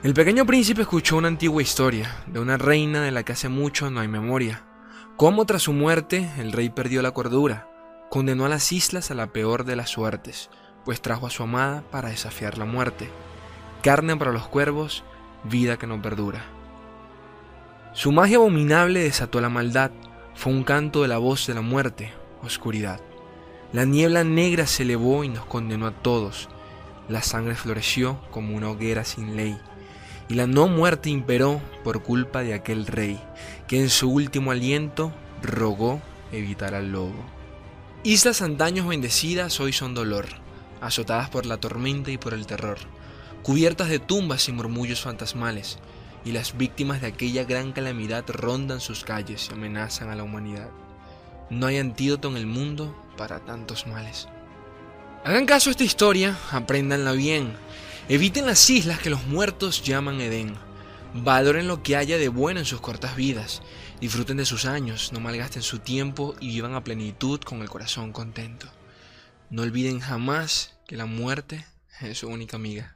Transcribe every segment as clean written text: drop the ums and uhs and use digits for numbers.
El pequeño príncipe escuchó una antigua historia de una reina de la que hace mucho no hay memoria. Cómo tras su muerte el rey perdió la cordura, condenó a las islas a la peor de las suertes, pues trajo a su amada para desafiar la muerte. Carne para los cuervos, vida que no perdura. Su magia abominable desató la maldad, fue un canto de la voz de la muerte, oscuridad. La niebla negra se elevó y nos condenó a todos. La sangre floreció como una hoguera sin ley. Y la no muerte imperó por culpa de aquel rey, que en su último aliento rogó evitar al lobo. Islas antaños bendecidas hoy son dolor, azotadas por la tormenta y por el terror, cubiertas de tumbas y murmullos fantasmales, y las víctimas de aquella gran calamidad rondan sus calles y amenazan a la humanidad. No hay antídoto en el mundo para tantos males. Hagan caso a esta historia, apréndanla bien. Eviten las islas que los muertos llaman Edén. Valoren lo que haya de bueno en sus cortas vidas. Disfruten de sus años, no malgasten su tiempo y vivan a plenitud con el corazón contento. No olviden jamás que la muerte es su única amiga.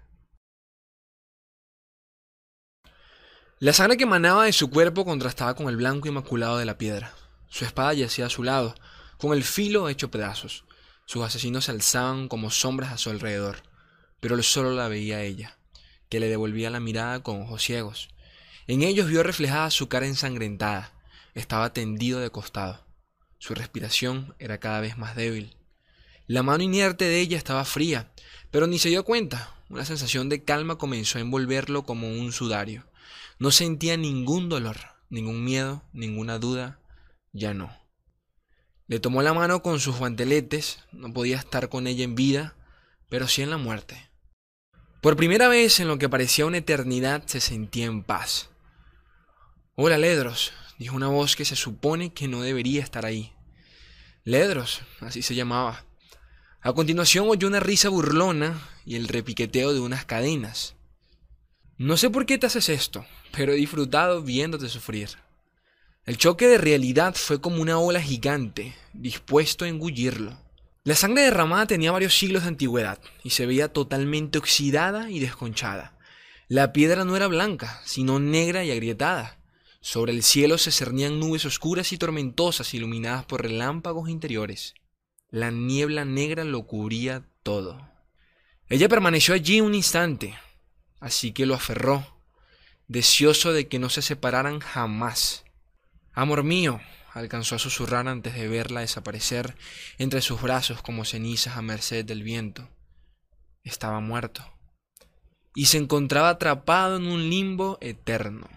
La sangre que emanaba de su cuerpo contrastaba con el blanco inmaculado de la piedra. Su espada yacía a su lado, con el filo hecho pedazos. Sus asesinos se alzaban como sombras a su alrededor, pero él solo la veía a ella, que le devolvía la mirada con ojos ciegos. En ellos vio reflejada su cara ensangrentada. Estaba tendido de costado. Su respiración era cada vez más débil. La mano inerte de ella estaba fría, pero ni se dio cuenta. Una sensación de calma comenzó a envolverlo como un sudario. No sentía ningún dolor, ningún miedo, ninguna duda. Ya no. Le tomó la mano con sus guanteletes. No podía estar con ella en vida, pero sí en la muerte. Por primera vez en lo que parecía una eternidad se sentía en paz. «Hola, Ledros», dijo una voz que se supone que no debería estar ahí. Ledros, así se llamaba. A continuación oyó una risa burlona y el repiqueteo de unas cadenas. «No sé por qué te haces esto, pero he disfrutado viéndote sufrir». El choque de realidad fue como una ola gigante, dispuesto a engullirlo. La sangre derramada tenía varios siglos de antigüedad y se veía totalmente oxidada y desconchada. La piedra no era blanca, sino negra y agrietada. Sobre el cielo se cernían nubes oscuras y tormentosas iluminadas por relámpagos interiores. La niebla negra lo cubría todo. Ella permaneció allí un instante, así que lo aferró, deseoso de que no se separaran jamás. «Amor mío», alcanzó a susurrar antes de verla desaparecer entre sus brazos como cenizas a merced del viento. Estaba muerto y se encontraba atrapado en un limbo eterno.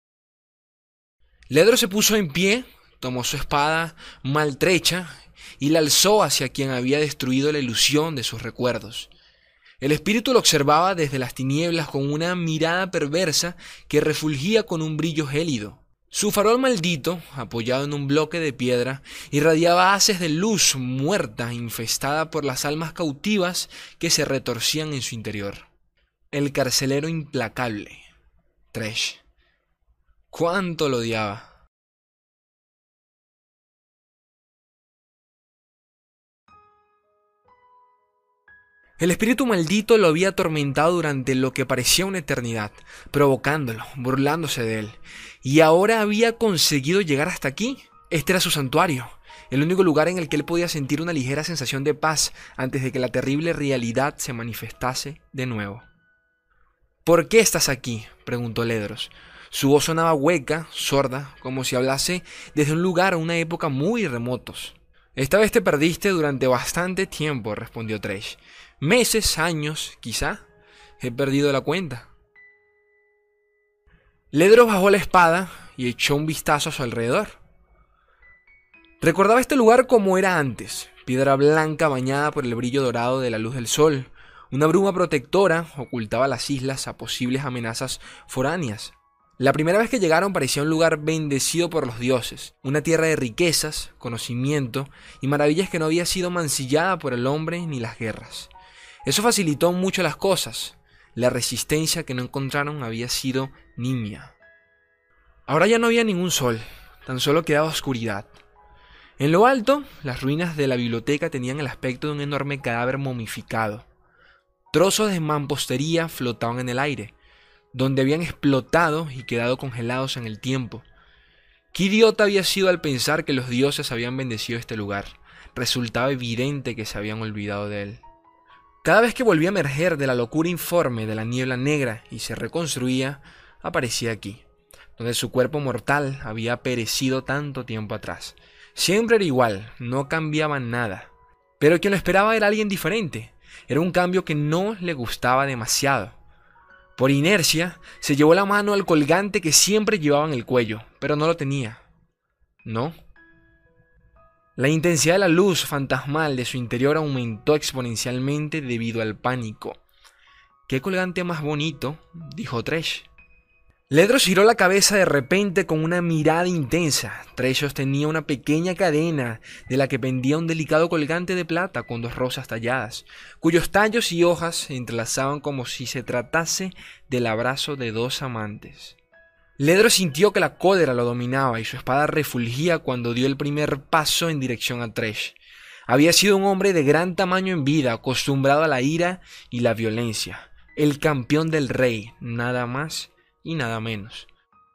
Ledros se puso en pie, tomó su espada maltrecha y la alzó hacia quien había destruido la ilusión de sus recuerdos. El espíritu lo observaba desde las tinieblas con una mirada perversa que refulgía con un brillo gélido. Su farol maldito, apoyado en un bloque de piedra, irradiaba haces de luz muerta infestada por las almas cautivas que se retorcían en su interior. El carcelero implacable, Tresh. ¡Cuánto lo odiaba! El espíritu maldito lo había atormentado durante lo que parecía una eternidad, provocándolo, burlándose de él. Y ahora había conseguido llegar hasta aquí. Este era su santuario, el único lugar en el que él podía sentir una ligera sensación de paz antes de que la terrible realidad se manifestase de nuevo. «¿Por qué estás aquí?», preguntó Ledros. Su voz sonaba hueca, sorda, como si hablase desde un lugar o una época muy remotos. «Esta vez te perdiste durante bastante tiempo», respondió Tresh. «Meses, años, quizá. He perdido la cuenta». Ledros bajó la espada y echó un vistazo a su alrededor. Recordaba este lugar como era antes, piedra blanca bañada por el brillo dorado de la luz del sol. Una bruma protectora ocultaba las islas a posibles amenazas foráneas. La primera vez que llegaron parecía un lugar bendecido por los dioses, una tierra de riquezas, conocimiento y maravillas que no había sido mancillada por el hombre ni las guerras. Eso facilitó mucho las cosas. La resistencia que no encontraron había sido nimia. Ahora ya no había ningún sol, tan solo quedaba oscuridad. En lo alto, las ruinas de la biblioteca tenían el aspecto de un enorme cadáver momificado. Trozos de mampostería flotaban en el aire. donde habían explotado y quedado congelados en el tiempo. Qué idiota había sido al pensar que los dioses habían bendecido este lugar. Resultaba evidente que se habían olvidado de él. Cada vez que volvía a emerger de la locura informe de la niebla negra y se reconstruía, aparecía aquí, donde su cuerpo mortal había perecido tanto tiempo atrás. Siempre era igual, no cambiaba nada. Pero quien lo esperaba era alguien diferente. Era un cambio que no le gustaba demasiado. Por inercia, se llevó la mano al colgante que siempre llevaba en el cuello, pero no lo tenía. No. La intensidad de la luz fantasmal de su interior aumentó exponencialmente debido al pánico. «¿Qué colgante más bonito?», dijo Tresh. Ledros giró la cabeza de repente con una mirada intensa. Tresh sostenía una pequeña cadena de la que pendía un delicado colgante de plata con 2 rosas talladas, cuyos tallos y hojas se entrelazaban como si se tratase del abrazo de 2 amantes. Ledros sintió que la cólera lo dominaba y su espada refulgía cuando dio el primer paso en dirección a Tresh. Había sido un hombre de gran tamaño en vida, acostumbrado a la ira y la violencia. El campeón del rey, nada más y nada menos.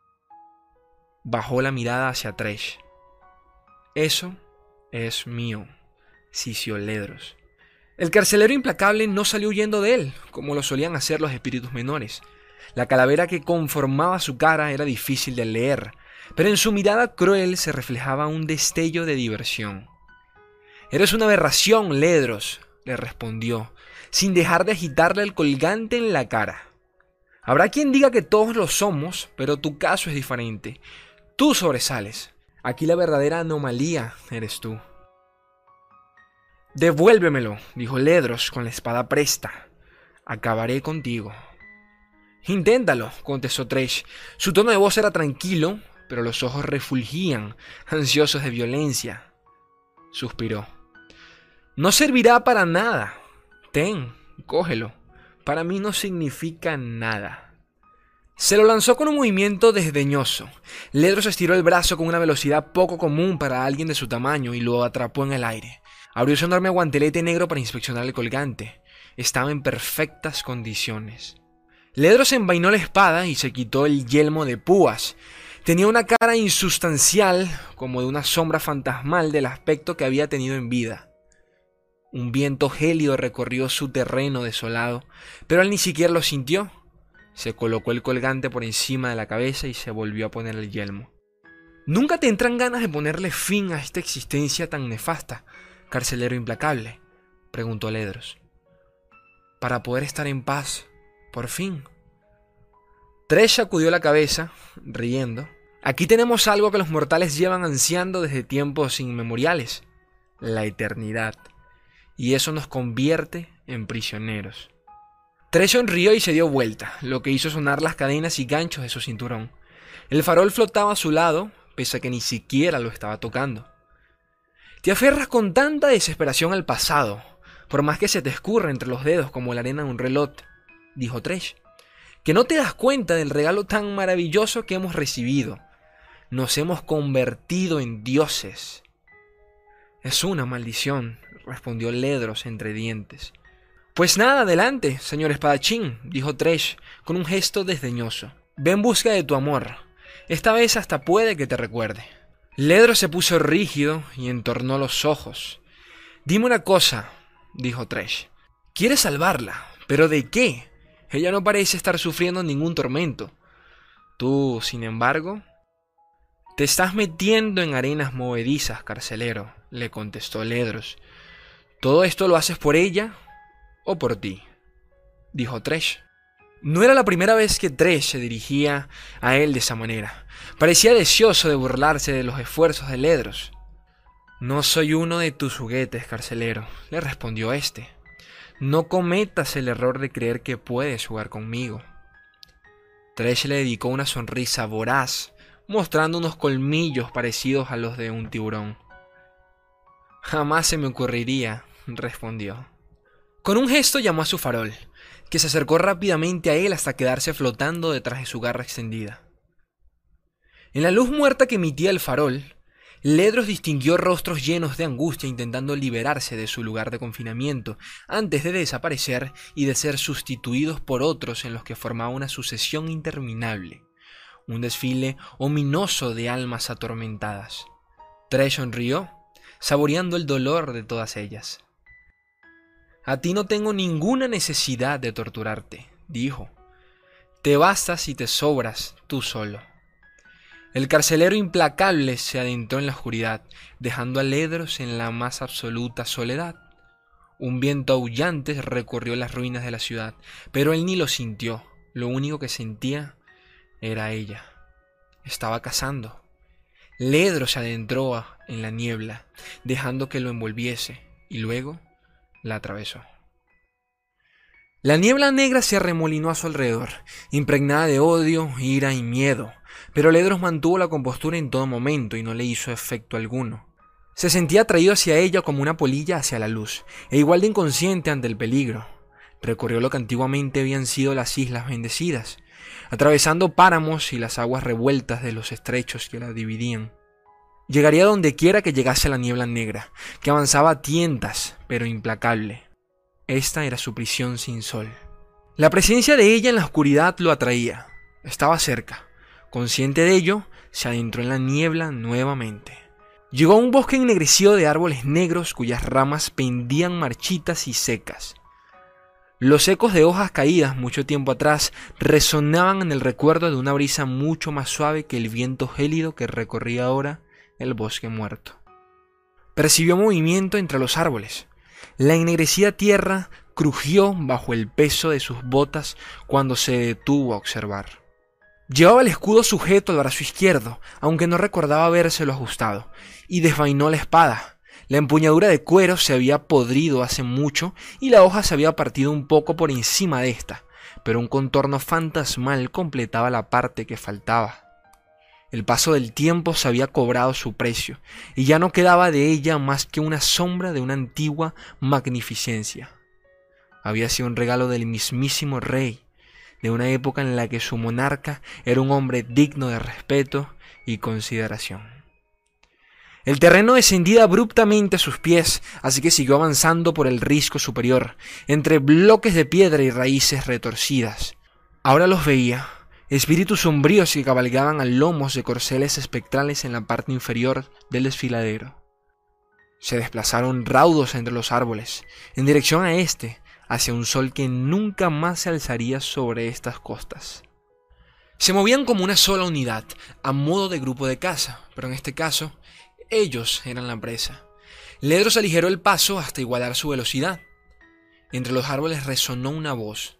Bajó la mirada hacia Tresh. «Eso es mío», sisió Ledros. El carcelero implacable no salió huyendo de él, como lo solían hacer los espíritus menores. La calavera que conformaba su cara era difícil de leer, pero en su mirada cruel se reflejaba un destello de diversión. «Eres una aberración, Ledros», le respondió, sin dejar de agitarle el colgante en la cara. «Habrá quien diga que todos lo somos, pero tu caso es diferente. Tú sobresales. Aquí la verdadera anomalía eres tú». «Devuélvemelo», dijo Ledros con la espada presta. «Acabaré contigo». «Inténtalo», contestó Tresh. Su tono de voz era tranquilo, pero los ojos refulgían, ansiosos de violencia. Suspiró. «No servirá para nada. Ten, cógelo. Para mí no significa nada». Se lo lanzó con un movimiento desdeñoso. Ledros estiró el brazo con una velocidad poco común para alguien de su tamaño y lo atrapó en el aire. Abrió su enorme guantelete negro para inspeccionar el colgante. Estaba en perfectas condiciones. Ledros envainó la espada y se quitó el yelmo de púas. Tenía una cara insustancial, como de una sombra fantasmal del aspecto que había tenido en vida. Un viento gélido recorrió su terreno desolado, pero él ni siquiera lo sintió. Se colocó el colgante por encima de la cabeza y se volvió a poner el yelmo. «¿Nunca te entran ganas de ponerle fin a esta existencia tan nefasta, carcelero implacable?», preguntó Ledros. «Para poder estar en paz, por fin». Tresh sacudió la cabeza, riendo. «Aquí tenemos algo que los mortales llevan ansiando desde tiempos inmemoriales: la eternidad. Y eso nos convierte en prisioneros». Tresh sonrió y se dio vuelta, lo que hizo sonar las cadenas y ganchos de su cinturón. El farol flotaba a su lado, pese a que ni siquiera lo estaba tocando. «Te aferras con tanta desesperación al pasado, por más que se te escurra entre los dedos como la arena de un reloj», dijo Tresh, «que no te das cuenta del regalo tan maravilloso que hemos recibido. Nos hemos convertido en dioses». «Es una maldición», respondió Ledros entre dientes. «Pues nada, adelante, señor espadachín», dijo Tresh con un gesto desdeñoso. «Ve en busca de tu amor. Esta vez hasta puede que te recuerde». Ledros se puso rígido y entornó los ojos. «Dime una cosa», dijo Tresh. «¿Quieres salvarla? ¿Pero de qué? Ella no parece estar sufriendo ningún tormento. Tú, sin embargo...» «Te estás metiendo en arenas movedizas, carcelero», le contestó Ledros. «¿Todo esto lo haces por ella o por ti?», dijo Tresh. No era la primera vez que Tresh se dirigía a él de esa manera. Parecía deseoso de burlarse de los esfuerzos de Ledros. «No soy uno de tus juguetes, carcelero», le respondió este. «No cometas el error de creer que puedes jugar conmigo». Tresh le dedicó una sonrisa voraz, mostrando unos colmillos parecidos a los de un tiburón. «Jamás se me ocurriría», respondió. Con un gesto llamó a su farol, que se acercó rápidamente a él hasta quedarse flotando detrás de su garra extendida. En la luz muerta que emitía el farol, Ledros distinguió rostros llenos de angustia intentando liberarse de su lugar de confinamiento antes de desaparecer y de ser sustituidos por otros en los que formaba una sucesión interminable, un desfile ominoso de almas atormentadas. Trey sonrió, saboreando el dolor de todas ellas. «A ti no tengo ninguna necesidad de torturarte», dijo. «Te bastas y te sobras tú solo». El carcelero implacable se adentró en la oscuridad, dejando a Ledros en la más absoluta soledad. Un viento aullante recorrió las ruinas de la ciudad, pero él ni lo sintió. Lo único que sentía era ella. Estaba cazando. Ledros se adentró en la niebla, dejando que lo envolviese, y luego la atravesó. La niebla negra se arremolinó a su alrededor, impregnada de odio, ira y miedo, pero Ledros mantuvo la compostura en todo momento y no le hizo efecto alguno. Se sentía atraído hacia ella como una polilla hacia la luz, e igual de inconsciente ante el peligro. Recorrió lo que antiguamente habían sido las Islas Bendecidas, atravesando páramos y las aguas revueltas de los estrechos que la dividían. Llegaría donde quiera que llegase la niebla negra, que avanzaba a tientas, pero implacable. Esta era su prisión sin sol. La presencia de ella en la oscuridad lo atraía. Estaba cerca. Consciente de ello, se adentró en la niebla nuevamente. Llegó a un bosque ennegrecido de árboles negros cuyas ramas pendían marchitas y secas. Los ecos de hojas caídas mucho tiempo atrás resonaban en el recuerdo de una brisa mucho más suave que el viento gélido que recorría ahora el bosque muerto. Percibió movimiento entre los árboles. La ennegrecida tierra crujió bajo el peso de sus botas cuando se detuvo a observar. Llevaba el escudo sujeto al brazo izquierdo, aunque no recordaba habérselo ajustado, y desvainó la espada. La empuñadura de cuero se había podrido hace mucho y la hoja se había partido un poco por encima de esta, pero un contorno fantasmal completaba la parte que faltaba. El paso del tiempo se había cobrado su precio, y ya no quedaba de ella más que una sombra de una antigua magnificencia. Había sido un regalo del mismísimo rey, de una época en la que su monarca era un hombre digno de respeto y consideración. El terreno descendía abruptamente a sus pies, así que siguió avanzando por el risco superior, entre bloques de piedra y raíces retorcidas. Ahora los veía, espíritus sombríos que cabalgaban a lomos de corceles espectrales en la parte inferior del desfiladero. Se desplazaron raudos entre los árboles, en dirección a este, hacia un sol que nunca más se alzaría sobre estas costas. Se movían como una sola unidad, a modo de grupo de caza, pero en este caso, ellos eran la presa. Ledros aligeró el paso hasta igualar su velocidad. Entre los árboles resonó una voz.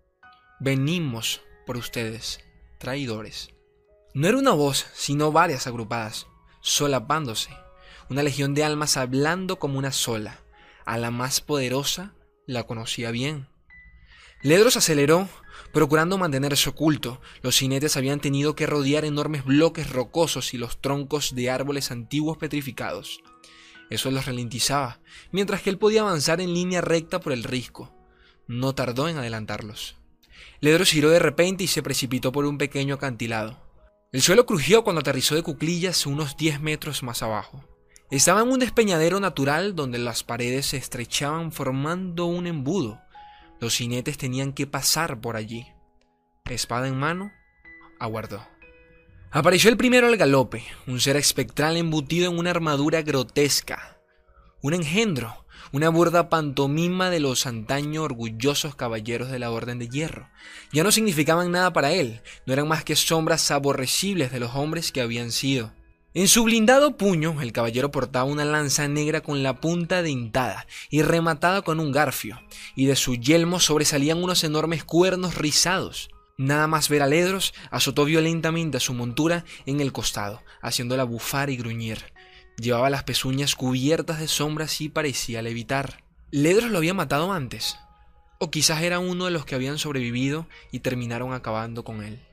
«Venimos por ustedes, traidores». No era una voz, sino varias agrupadas, solapándose, una legión de almas hablando como una sola. A la más poderosa la conocía bien. Ledros aceleró, procurando mantenerse oculto. Los jinetes habían tenido que rodear enormes bloques rocosos y los troncos de árboles antiguos petrificados. Eso los ralentizaba, mientras que él podía avanzar en línea recta por el risco. No tardó en adelantarlos. Ledros giró de repente y se precipitó por un pequeño acantilado. El suelo crujió cuando aterrizó de cuclillas unos 10 metros más abajo. Estaba en un despeñadero natural donde las paredes se estrechaban formando un embudo. Los jinetes tenían que pasar por allí. Espada en mano, aguardó. Apareció el primero al galope, un ser espectral embutido en una armadura grotesca. Un engendro, una burda pantomima de los antaño orgullosos caballeros de la Orden de Hierro. Ya no significaban nada para él, no eran más que sombras aborrecibles de los hombres que habían sido. En su blindado puño, el caballero portaba una lanza negra con la punta dentada y rematada con un garfio, y de su yelmo sobresalían unos enormes cuernos rizados. Nada más ver a Ledros, azotó violentamente a su montura en el costado, haciéndola bufar y gruñir. Llevaba las pezuñas cubiertas de sombras y parecía levitar. Ledros lo había matado antes, o quizás era uno de los que habían sobrevivido y terminaron acabando con él.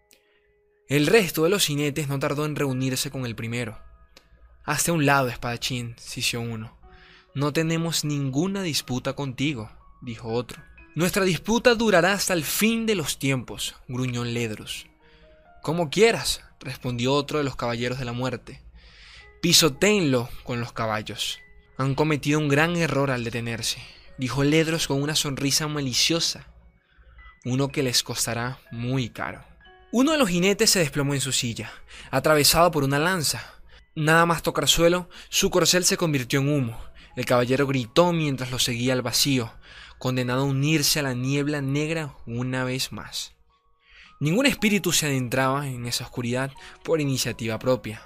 El resto de los jinetes no tardó en reunirse con el primero. «Hazte a un lado, espadachín», sisió uno. «No tenemos ninguna disputa contigo», dijo otro. «Nuestra disputa durará hasta el fin de los tiempos», gruñó Ledros. «Como quieras», respondió otro de los caballeros de la muerte. Pisotéenlo con los caballos. Han cometido un gran error al detenerse, dijo Ledros con una sonrisa maliciosa, uno que les costará muy caro. Uno de los jinetes se desplomó en su silla, atravesado por una lanza. Nada más tocar suelo, su corcel se convirtió en humo. El caballero gritó mientras lo seguía al vacío, condenado a unirse a la niebla negra una vez más. Ningún espíritu se adentraba en esa oscuridad por iniciativa propia.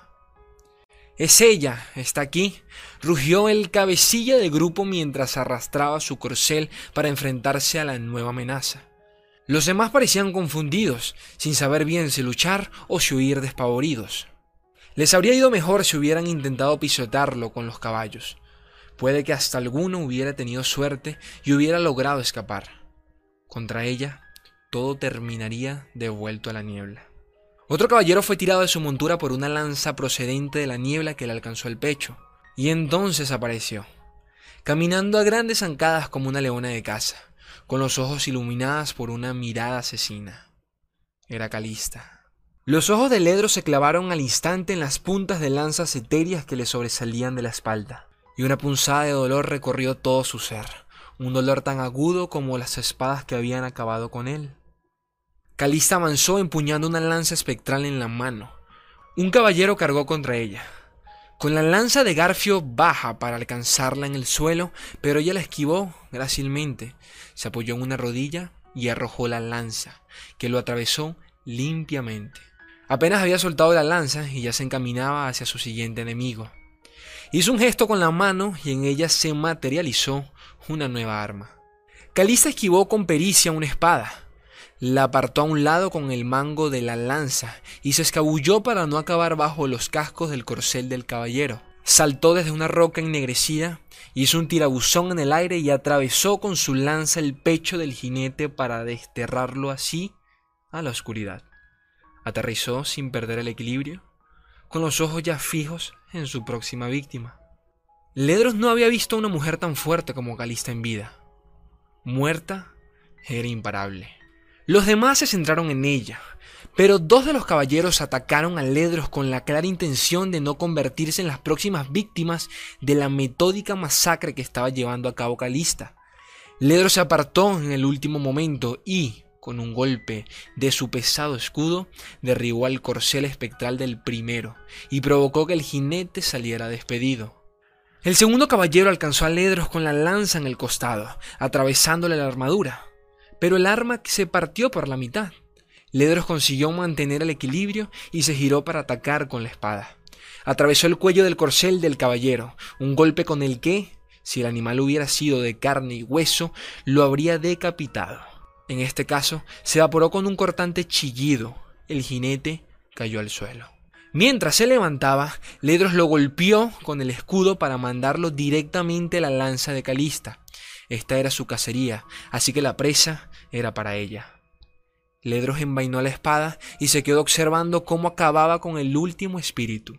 «Es ella, está aquí», rugió el cabecilla del grupo mientras arrastraba su corcel para enfrentarse a la nueva amenaza. Los demás parecían confundidos, sin saber bien si luchar o si huir despavoridos. Les habría ido mejor si hubieran intentado pisotearlo con los caballos. Puede que hasta alguno hubiera tenido suerte y hubiera logrado escapar. Contra ella, todo terminaría devuelto a la niebla. Otro caballero fue tirado de su montura por una lanza procedente de la niebla que le alcanzó el pecho, y entonces apareció, caminando a grandes zancadas como una leona de caza, con los ojos iluminados por una mirada asesina. Era Calista. Los ojos de Ledros se clavaron al instante en las puntas de lanzas etéreas que le sobresalían de la espalda, y una punzada de dolor recorrió todo su ser, un dolor tan agudo como las espadas que habían acabado con él. Calista avanzó empuñando una lanza espectral en la mano. Un caballero cargó contra ella, con la lanza de Garfio baja para alcanzarla en el suelo, pero ella la esquivó grácilmente, se apoyó en una rodilla y arrojó la lanza, que lo atravesó limpiamente. Apenas había soltado la lanza y ya se encaminaba hacia su siguiente enemigo. Hizo un gesto con la mano y en ella se materializó una nueva arma. Calista esquivó con pericia una espada, la apartó a un lado con el mango de la lanza y se escabulló para no acabar bajo los cascos del corcel del caballero. Saltó desde una roca ennegrecida, hizo un tirabuzón en el aire y atravesó con su lanza el pecho del jinete para desterrarlo así a la oscuridad. Aterrizó sin perder el equilibrio, con los ojos ya fijos en su próxima víctima. Ledros no había visto a una mujer tan fuerte como Calista en vida. Muerta, era imparable. Los demás se centraron en ella, pero dos de los caballeros atacaron a Ledros con la clara intención de no convertirse en las próximas víctimas de la metódica masacre que estaba llevando a cabo Calista. Ledros se apartó en el último momento y, con un golpe de su pesado escudo, derribó al corcel espectral del primero y provocó que el jinete saliera despedido. El segundo caballero alcanzó a Ledros con la lanza en el costado, atravesándole la armadura, pero el arma se partió por la mitad. Ledros consiguió mantener el equilibrio y se giró para atacar con la espada. Atravesó el cuello del corcel del caballero, un golpe con el que, si el animal hubiera sido de carne y hueso, lo habría decapitado. En este caso, se evaporó con un cortante chillido. El jinete cayó al suelo. Mientras se levantaba, Ledros lo golpeó con el escudo para mandarlo directamente a la lanza de Calista. Esta era su cacería, así que la presa era para ella. Ledros envainó la espada y se quedó observando cómo acababa con el último espíritu.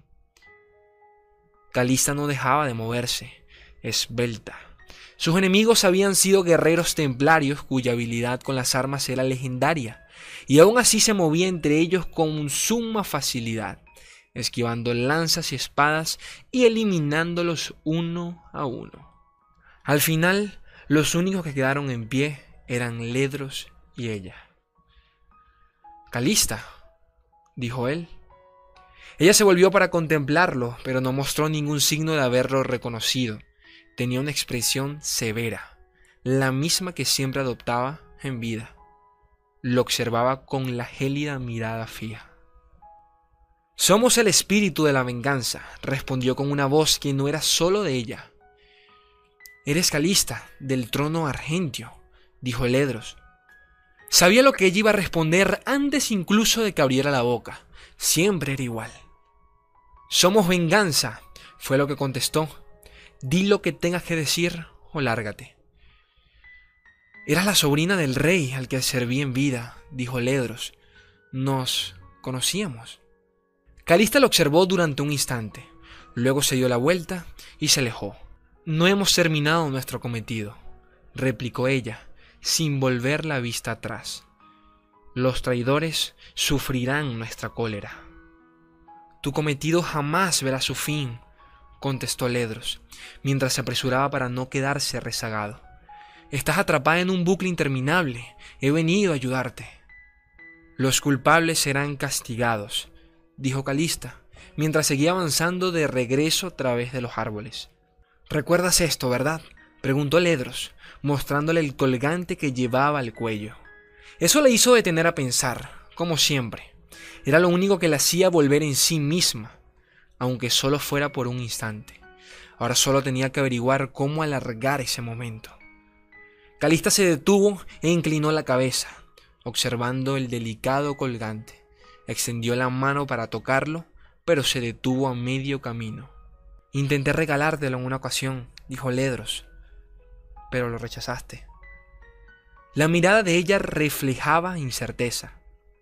Calista no dejaba de moverse, esbelta. Sus enemigos habían sido guerreros templarios cuya habilidad con las armas era legendaria, y aún así se movía entre ellos con suma facilidad, esquivando lanzas y espadas y eliminándolos uno a uno. Al final, los únicos que quedaron en pie eran Ledros y ella. «Calista», dijo él. Ella se volvió para contemplarlo, pero no mostró ningún signo de haberlo reconocido. Tenía una expresión severa, la misma que siempre adoptaba en vida. Lo observaba con la gélida mirada fija. «Somos el espíritu de la venganza», respondió con una voz que no era solo de ella. «Eres Calista, del trono argentio», dijo Ledros. Sabía lo que ella iba a responder antes incluso de que abriera la boca. Siempre era igual. «Somos venganza», fue lo que contestó. «Di lo que tengas que decir o lárgate». «Eras la sobrina del rey al que serví en vida», dijo Ledros. «Nos conocíamos». Calista lo observó durante un instante. Luego se dio la vuelta y se alejó. «No hemos terminado nuestro cometido», replicó ella, sin volver la vista atrás. «Los traidores sufrirán nuestra cólera». «Tu cometido jamás verá su fin», contestó Ledros, mientras se apresuraba para no quedarse rezagado. Estás atrapada en un bucle interminable. He venido a ayudarte. Los culpables serán castigados, dijo Calista, mientras seguía avanzando de regreso a través de los árboles. ¿Recuerdas esto, verdad?, preguntó Ledros, mostrándole el colgante que llevaba al cuello. Eso le hizo detener a pensar, como siempre. Era lo único que la hacía volver en sí misma, aunque solo fuera por un instante. Ahora solo tenía que averiguar cómo alargar ese momento. Calista se detuvo e inclinó la cabeza, observando el delicado colgante. Extendió la mano para tocarlo, pero se detuvo a medio camino. Intenté regalártelo en una ocasión, dijo Ledros, pero lo rechazaste. La mirada de ella reflejaba incerteza.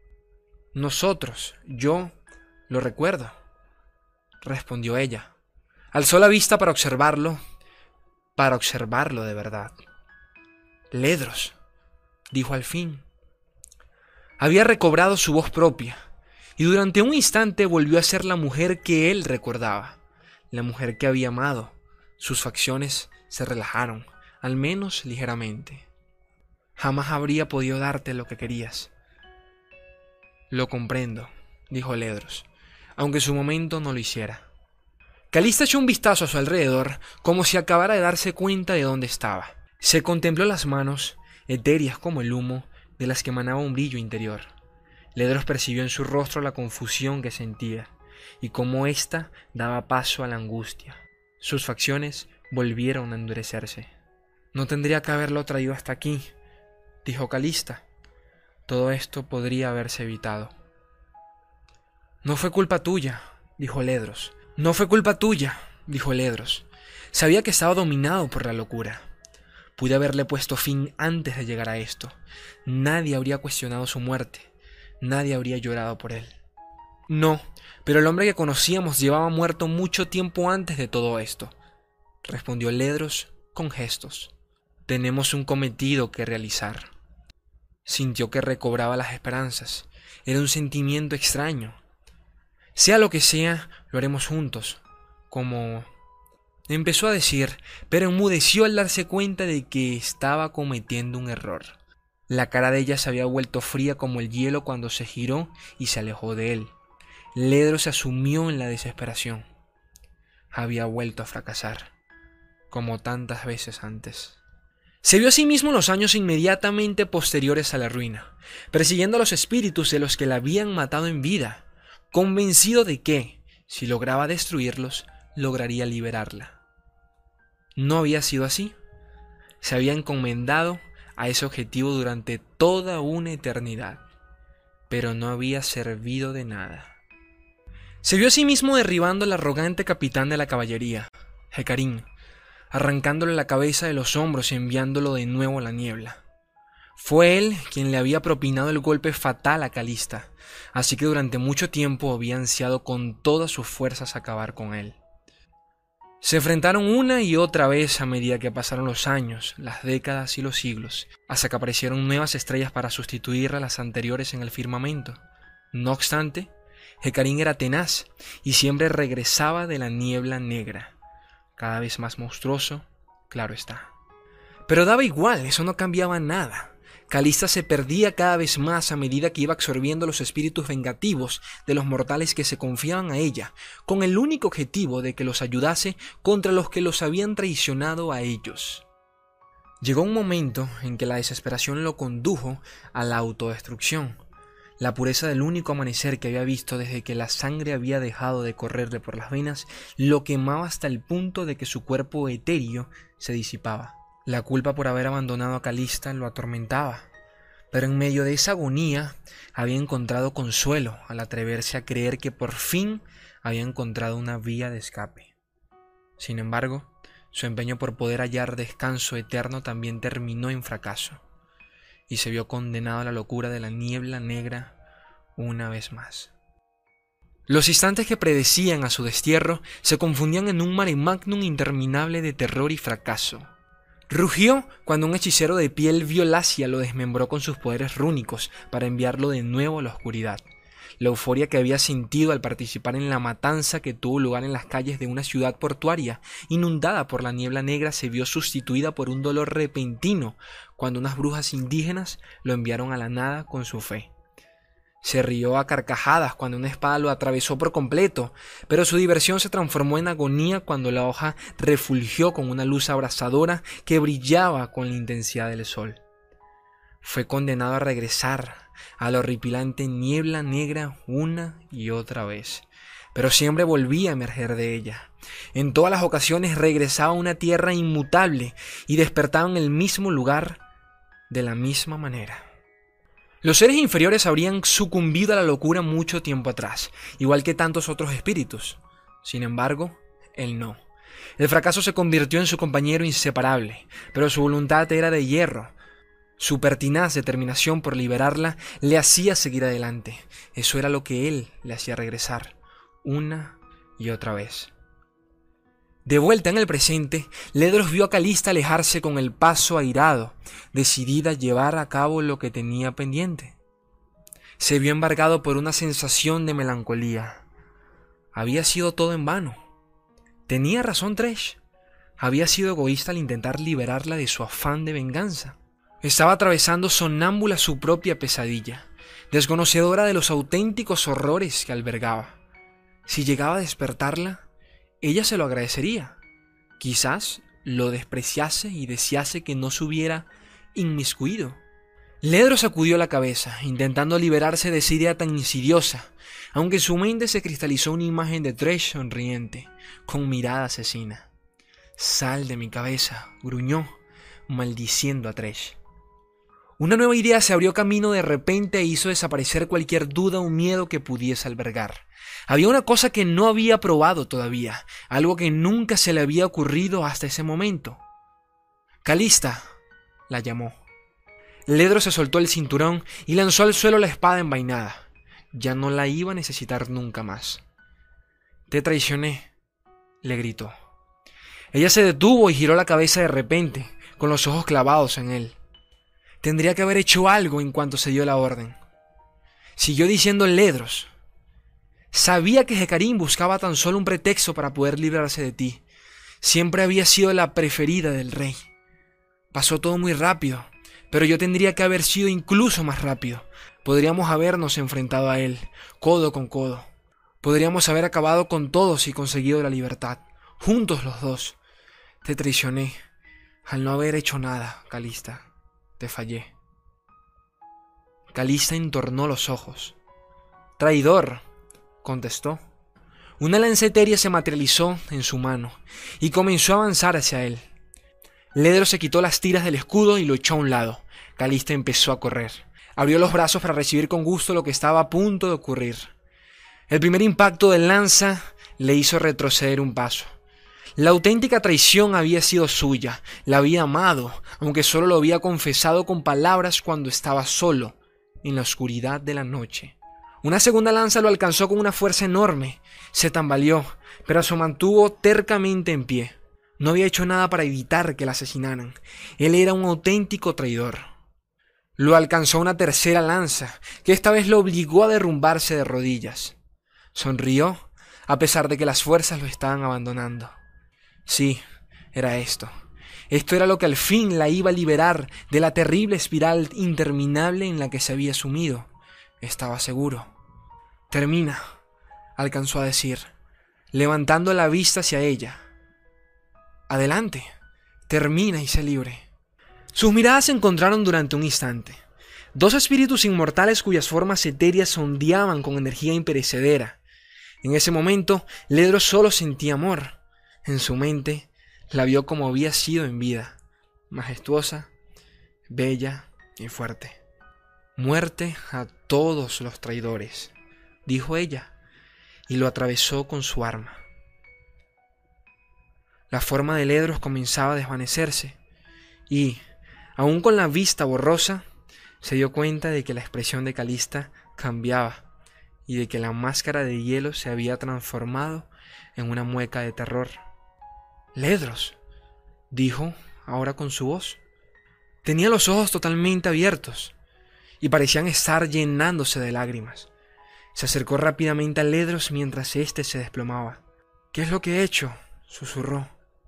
Yo lo recuerdo, respondió ella. Alzó la vista para observarlo de verdad. Ledros, dijo al fin. Había recobrado su voz propia, y durante un instante volvió a ser la mujer que él recordaba, la mujer que había amado. Sus facciones se relajaron, al menos ligeramente. Jamás habría podido darte lo que querías. Lo comprendo, dijo Ledros, aunque en su momento no lo hiciera. Calista echó un vistazo a su alrededor, como si acabara de darse cuenta de dónde estaba. Se contempló las manos, etéreas como el humo, de las que emanaba un brillo interior. Ledros percibió en su rostro la confusión que sentía, y cómo ésta daba paso a la angustia. Sus facciones volvieron a endurecerse. No tendría que haberlo traído hasta aquí, dijo Calista. Todo esto podría haberse evitado. No fue culpa tuya, dijo Ledros. No fue culpa tuya, dijo Ledros. Sabía que estaba dominado por la locura. Pude haberle puesto fin antes de llegar a esto. Nadie habría cuestionado su muerte. Nadie habría llorado por él. No, pero el hombre que conocíamos llevaba muerto mucho tiempo antes de todo esto, respondió Ledros con gestos. Tenemos un cometido que realizar. Sintió que recobraba las esperanzas. Era un sentimiento extraño. Sea lo que sea, lo haremos juntos. Como... empezó a decir, pero enmudeció al darse cuenta de que estaba cometiendo un error. La cara de ella se había vuelto fría como el hielo cuando se giró y se alejó de él. Ledros se asumió en la desesperación. Había vuelto a fracasar, como tantas veces antes. Se vio a sí mismo en los años inmediatamente posteriores a la ruina, persiguiendo a los espíritus de los que la habían matado en vida, convencido de que, si lograba destruirlos, lograría liberarla. No había sido así. Se había encomendado a ese objetivo durante toda una eternidad, pero no había servido de nada. Se vio a sí mismo derribando al arrogante capitán de la caballería, Hecarim, arrancándole la cabeza de los hombros y enviándolo de nuevo a la niebla. Fue él quien le había propinado el golpe fatal a Calista, así que durante mucho tiempo había ansiado con todas sus fuerzas acabar con él. Se enfrentaron una y otra vez a medida que pasaron los años, las décadas y los siglos, hasta que aparecieron nuevas estrellas para sustituir a las anteriores en el firmamento. No obstante, Hecarim era tenaz y siempre regresaba de la niebla negra, cada vez más monstruoso, claro está. Pero daba igual, eso no cambiaba nada. Calista se perdía cada vez más a medida que iba absorbiendo los espíritus vengativos de los mortales que se confiaban a ella, con el único objetivo de que los ayudase contra los que los habían traicionado a ellos. Llegó un momento en que la desesperación lo condujo a la autodestrucción. La pureza del único amanecer que había visto desde que la sangre había dejado de correrle por las venas lo quemaba hasta el punto de que su cuerpo etéreo se disipaba. La culpa por haber abandonado a Calista lo atormentaba, pero en medio de esa agonía había encontrado consuelo al atreverse a creer que por fin había encontrado una vía de escape. Sin embargo, su empeño por poder hallar descanso eterno también terminó en fracaso, y se vio condenado a la locura de la niebla negra una vez más. Los instantes que predecían a su destierro se confundían en un mare magnum interminable de terror y fracaso. Rugió cuando un hechicero de piel violácea lo desmembró con sus poderes rúnicos para enviarlo de nuevo a la oscuridad. La euforia que había sentido al participar en la matanza que tuvo lugar en las calles de una ciudad portuaria, inundada por la niebla negra, se vio sustituida por un dolor repentino cuando unas brujas indígenas lo enviaron a la nada con su fe. Se rió a carcajadas cuando una espada lo atravesó por completo, pero su diversión se transformó en agonía cuando la hoja refulgió con una luz abrasadora que brillaba con la intensidad del sol. Fue condenado a regresar a la horripilante niebla negra una y otra vez, pero siempre volvía a emerger de ella. En todas las ocasiones regresaba a una tierra inmutable y despertaba en el mismo lugar de la misma manera. Los seres inferiores habrían sucumbido a la locura mucho tiempo atrás, igual que tantos otros espíritus. Sin embargo, él no. El fracaso se convirtió en su compañero inseparable, pero su voluntad era de hierro. Su pertinaz determinación por liberarla le hacía seguir adelante. Eso era lo que él le hacía regresar, una y otra vez. De vuelta en el presente, Ledros vio a Calista alejarse con el paso airado, decidida a llevar a cabo lo que tenía pendiente. Se vio embargado por una sensación de melancolía. Había sido todo en vano. Tenía razón Tresh. Había sido egoísta al intentar liberarla de su afán de venganza. Estaba atravesando sonámbula su propia pesadilla, desconocedora de los auténticos horrores que albergaba. Si llegaba a despertarla, ella se lo agradecería. Quizás lo despreciase y desease que no se hubiera inmiscuido. Ledros sacudió la cabeza, intentando liberarse de esa idea tan insidiosa, aunque en su mente se cristalizó una imagen de Tresh sonriente, con mirada asesina. «Sal de mi cabeza», gruñó, maldiciendo a Tresh. Una nueva idea se abrió camino de repente e hizo desaparecer cualquier duda o miedo que pudiese albergar. Había una cosa que no había probado todavía, algo que nunca se le había ocurrido hasta ese momento. «Calista», la llamó. Ledros se soltó el cinturón y lanzó al suelo la espada envainada. Ya no la iba a necesitar nunca más. «Te traicioné», le gritó. Ella se detuvo y giró la cabeza de repente, con los ojos clavados en él. Tendría que haber hecho algo en cuanto se dio la orden. Siguió diciendo Ledros. Sabía que Hecarim buscaba tan solo un pretexto para poder librarse de ti. Siempre había sido la preferida del rey. Pasó todo muy rápido, pero yo tendría que haber sido incluso más rápido. Podríamos habernos enfrentado a él, codo con codo. Podríamos haber acabado con todos y conseguido la libertad, juntos los dos. Te traicioné, al no haber hecho nada, Calista. Te fallé. Calista entornó los ojos. «Traidor», contestó. Una lanza etérea se materializó en su mano y comenzó a avanzar hacia él. Ledros se quitó las tiras del escudo y lo echó a un lado. Calista empezó a correr. Abrió los brazos para recibir con gusto lo que estaba a punto de ocurrir. El primer impacto del lanza le hizo retroceder un paso. La auténtica traición había sido suya, la había amado, aunque solo lo había confesado con palabras cuando estaba solo, en la oscuridad de la noche. Una segunda lanza lo alcanzó con una fuerza enorme. Se tambaleó, pero se mantuvo tercamente en pie. No había hecho nada para evitar que la asesinaran. Él era un auténtico traidor. Lo alcanzó una tercera lanza, que esta vez lo obligó a derrumbarse de rodillas. Sonrió, a pesar de que las fuerzas lo estaban abandonando. Sí, era esto. Esto era lo que al fin la iba a liberar de la terrible espiral interminable en la que se había sumido. Estaba seguro. «Termina», alcanzó a decir, levantando la vista hacia ella. «Adelante, termina y sé libre». Sus miradas se encontraron durante un instante. Dos espíritus inmortales cuyas formas etéreas ondeaban con energía imperecedera. En ese momento, Ledros solo sentía amor. En su mente, la vio como había sido en vida, majestuosa, bella y fuerte. «Muerte a todos los traidores», dijo ella, y lo atravesó con su arma. La forma de Ledros comenzaba a desvanecerse, y, aún con la vista borrosa, se dio cuenta de que la expresión de Calista cambiaba, y de que la máscara de hielo se había transformado en una mueca de terror. «Ledros», dijo, ahora con su voz. Tenía los ojos totalmente abiertos y parecían estar llenándose de lágrimas. Se acercó rápidamente a Ledros mientras éste se desplomaba. «¿Qué es lo que he hecho?», susurró.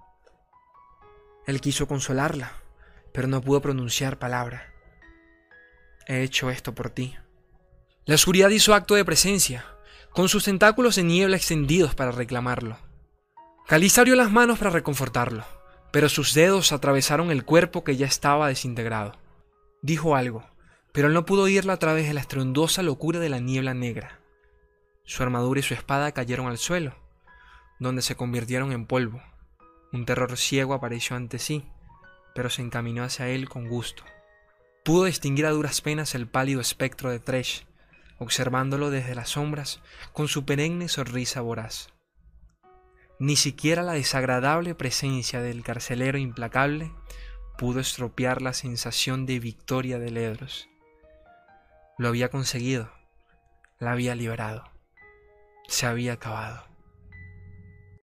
Él quiso consolarla, pero no pudo pronunciar palabra. «He hecho esto por ti». La oscuridad hizo acto de presencia, con sus tentáculos de niebla extendidos para reclamarlo. Calista abrió las manos para reconfortarlo, pero sus dedos atravesaron el cuerpo que ya estaba desintegrado. Dijo algo, pero él no pudo oírlo a través de la estruendosa locura de la niebla negra. Su armadura y su espada cayeron al suelo, donde se convirtieron en polvo. Un terror ciego apareció ante sí, pero se encaminó hacia él con gusto. Pudo distinguir a duras penas el pálido espectro de Thresh, observándolo desde las sombras con su perenne sonrisa voraz. Ni siquiera la desagradable presencia del carcelero implacable pudo estropear la sensación de victoria de Ledros. Lo había conseguido, la había liberado, se había acabado.